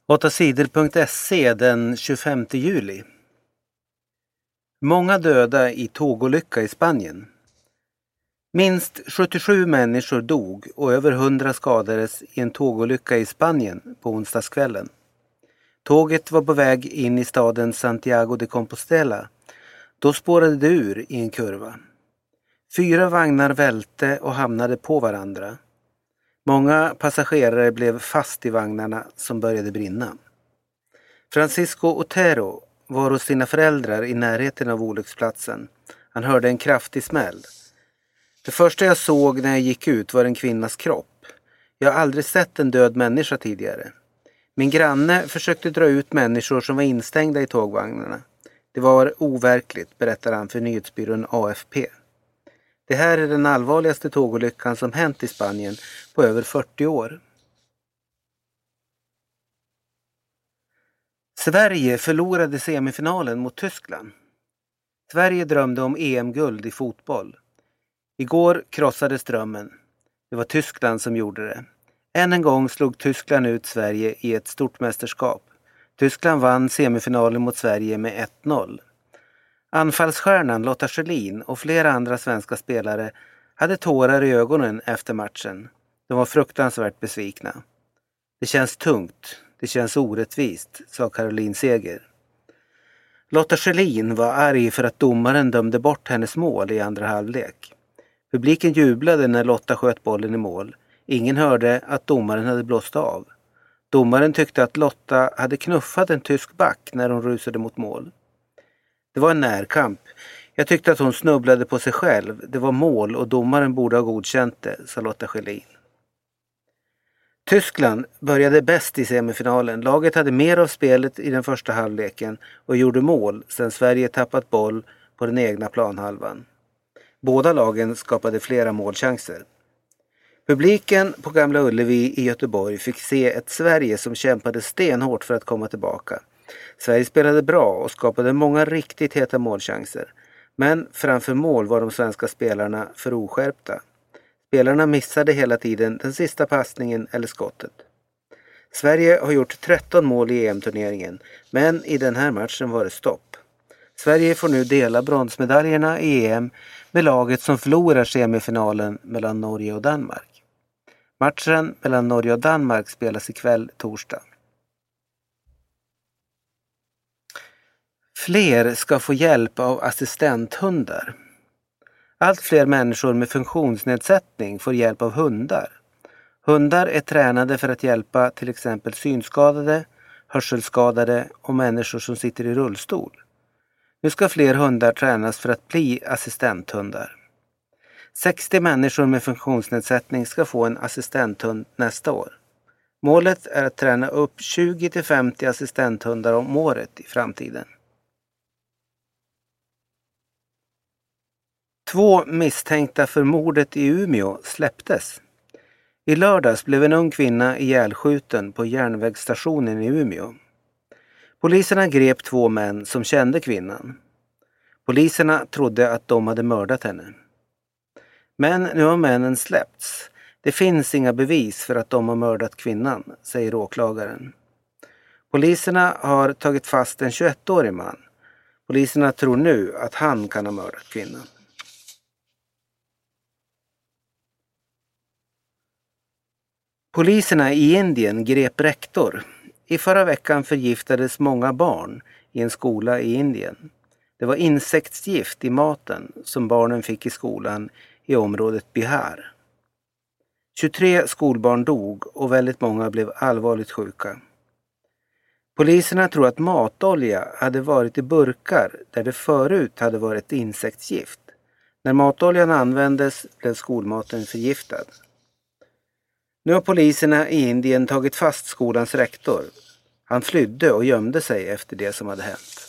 8sidor.se den 25 juli. Många döda i tågolycka i Spanien. Minst 77 människor dog och över 100 skadades i en tågolycka i Spanien på onsdagskvällen. Tåget var på väg in i staden Santiago de Compostela. Då spårade det ur i en kurva. 4 vagnar välte och hamnade på varandra. Många passagerare blev fast i vagnarna som började brinna. Francisco Otero var hos sina föräldrar i närheten av olycksplatsen. Han hörde en kraftig smäll. Det första jag såg när jag gick ut var en kvinnas kropp. Jag har aldrig sett en död människa tidigare. Min granne försökte dra ut människor som var instängda i tågvagnarna. Det var overkligt, berättar han för nyhetsbyrån AFP. Det här är den allvarligaste tågolyckan som hänt i Spanien på över 40 år. Sverige förlorade semifinalen mot Tyskland. Sverige drömde om EM-guld i fotboll. Igår krossades drömmen. Det var Tyskland som gjorde det. Än en gång slog Tyskland ut Sverige i ett stort mästerskap. Tyskland vann semifinalen mot Sverige med 1-0. Anfallsstjärnan Lotta Schelin och flera andra svenska spelare hade tårar i ögonen efter matchen. De var fruktansvärt besvikna. Det känns tungt, det känns orättvist, sa Caroline Seger. Lotta Schelin var arg för att domaren dömde bort hennes mål i andra halvlek. Publiken jublade när Lotta sköt bollen i mål. Ingen hörde att domaren hade blåst av. Domaren tyckte att Lotta hade knuffat en tysk back när hon rusade mot mål. Det var en närkamp. Jag tyckte att hon snubblade på sig själv. Det var mål och domaren borde ha godkänt det, sa Lotta Schelin. Tyskland började bäst i semifinalen. Laget hade mer av spelet i den första halvleken och gjorde mål sedan Sverige tappat boll på den egna planhalvan. Båda lagen skapade flera målchanser. Publiken på Gamla Ullevi i Göteborg fick se ett Sverige som kämpade stenhårt för att komma tillbaka. Sverige spelade bra och skapade många riktigt heta målchanser. Men framför mål var de svenska spelarna för oskärpta. Spelarna missade hela tiden den sista passningen eller skottet. Sverige har gjort 13 mål i EM-turneringen, men i den här matchen var det stopp. Sverige får nu dela bronsmedaljerna i EM med laget som förlorar semifinalen mellan Norge och Danmark. Matchen mellan Norge och Danmark spelas ikväll torsdag. Fler ska få hjälp av assistenthundar. Allt fler människor med funktionsnedsättning får hjälp av hundar. Hundar är tränade för att hjälpa till exempel synskadade, hörselskadade och människor som sitter i rullstol. Nu ska fler hundar tränas för att bli assistenthundar. 60 människor med funktionsnedsättning ska få en assistenthund nästa år. Målet är att träna upp 20-50 assistenthundar om året i framtiden. 2 misstänkta för mordet i Umeå släpptes. I lördags blev en ung kvinna ihjälskjuten på järnvägsstationen i Umeå. Poliserna grep 2 män som kände kvinnan. Poliserna trodde att de hade mördat henne. Men nu har männen släppts. Det finns inga bevis för att de har mördat kvinnan, säger åklagaren. Poliserna har tagit fast en 21-årig man. Poliserna tror nu att han kan ha mördat kvinnan. Poliserna i Indien grep rektor. I förra veckan förgiftades många barn i en skola i Indien. Det var insektsgift i maten som barnen fick i skolan i området Bihar. 23 skolbarn dog och väldigt många blev allvarligt sjuka. Poliserna tror att matolja hade varit i burkar där det förut hade varit insektsgift. När matoljan användes blev skolmaten förgiftad. Nu har poliserna i Indien tagit fast skolans rektor. Han flydde och gömde sig efter det som hade hänt.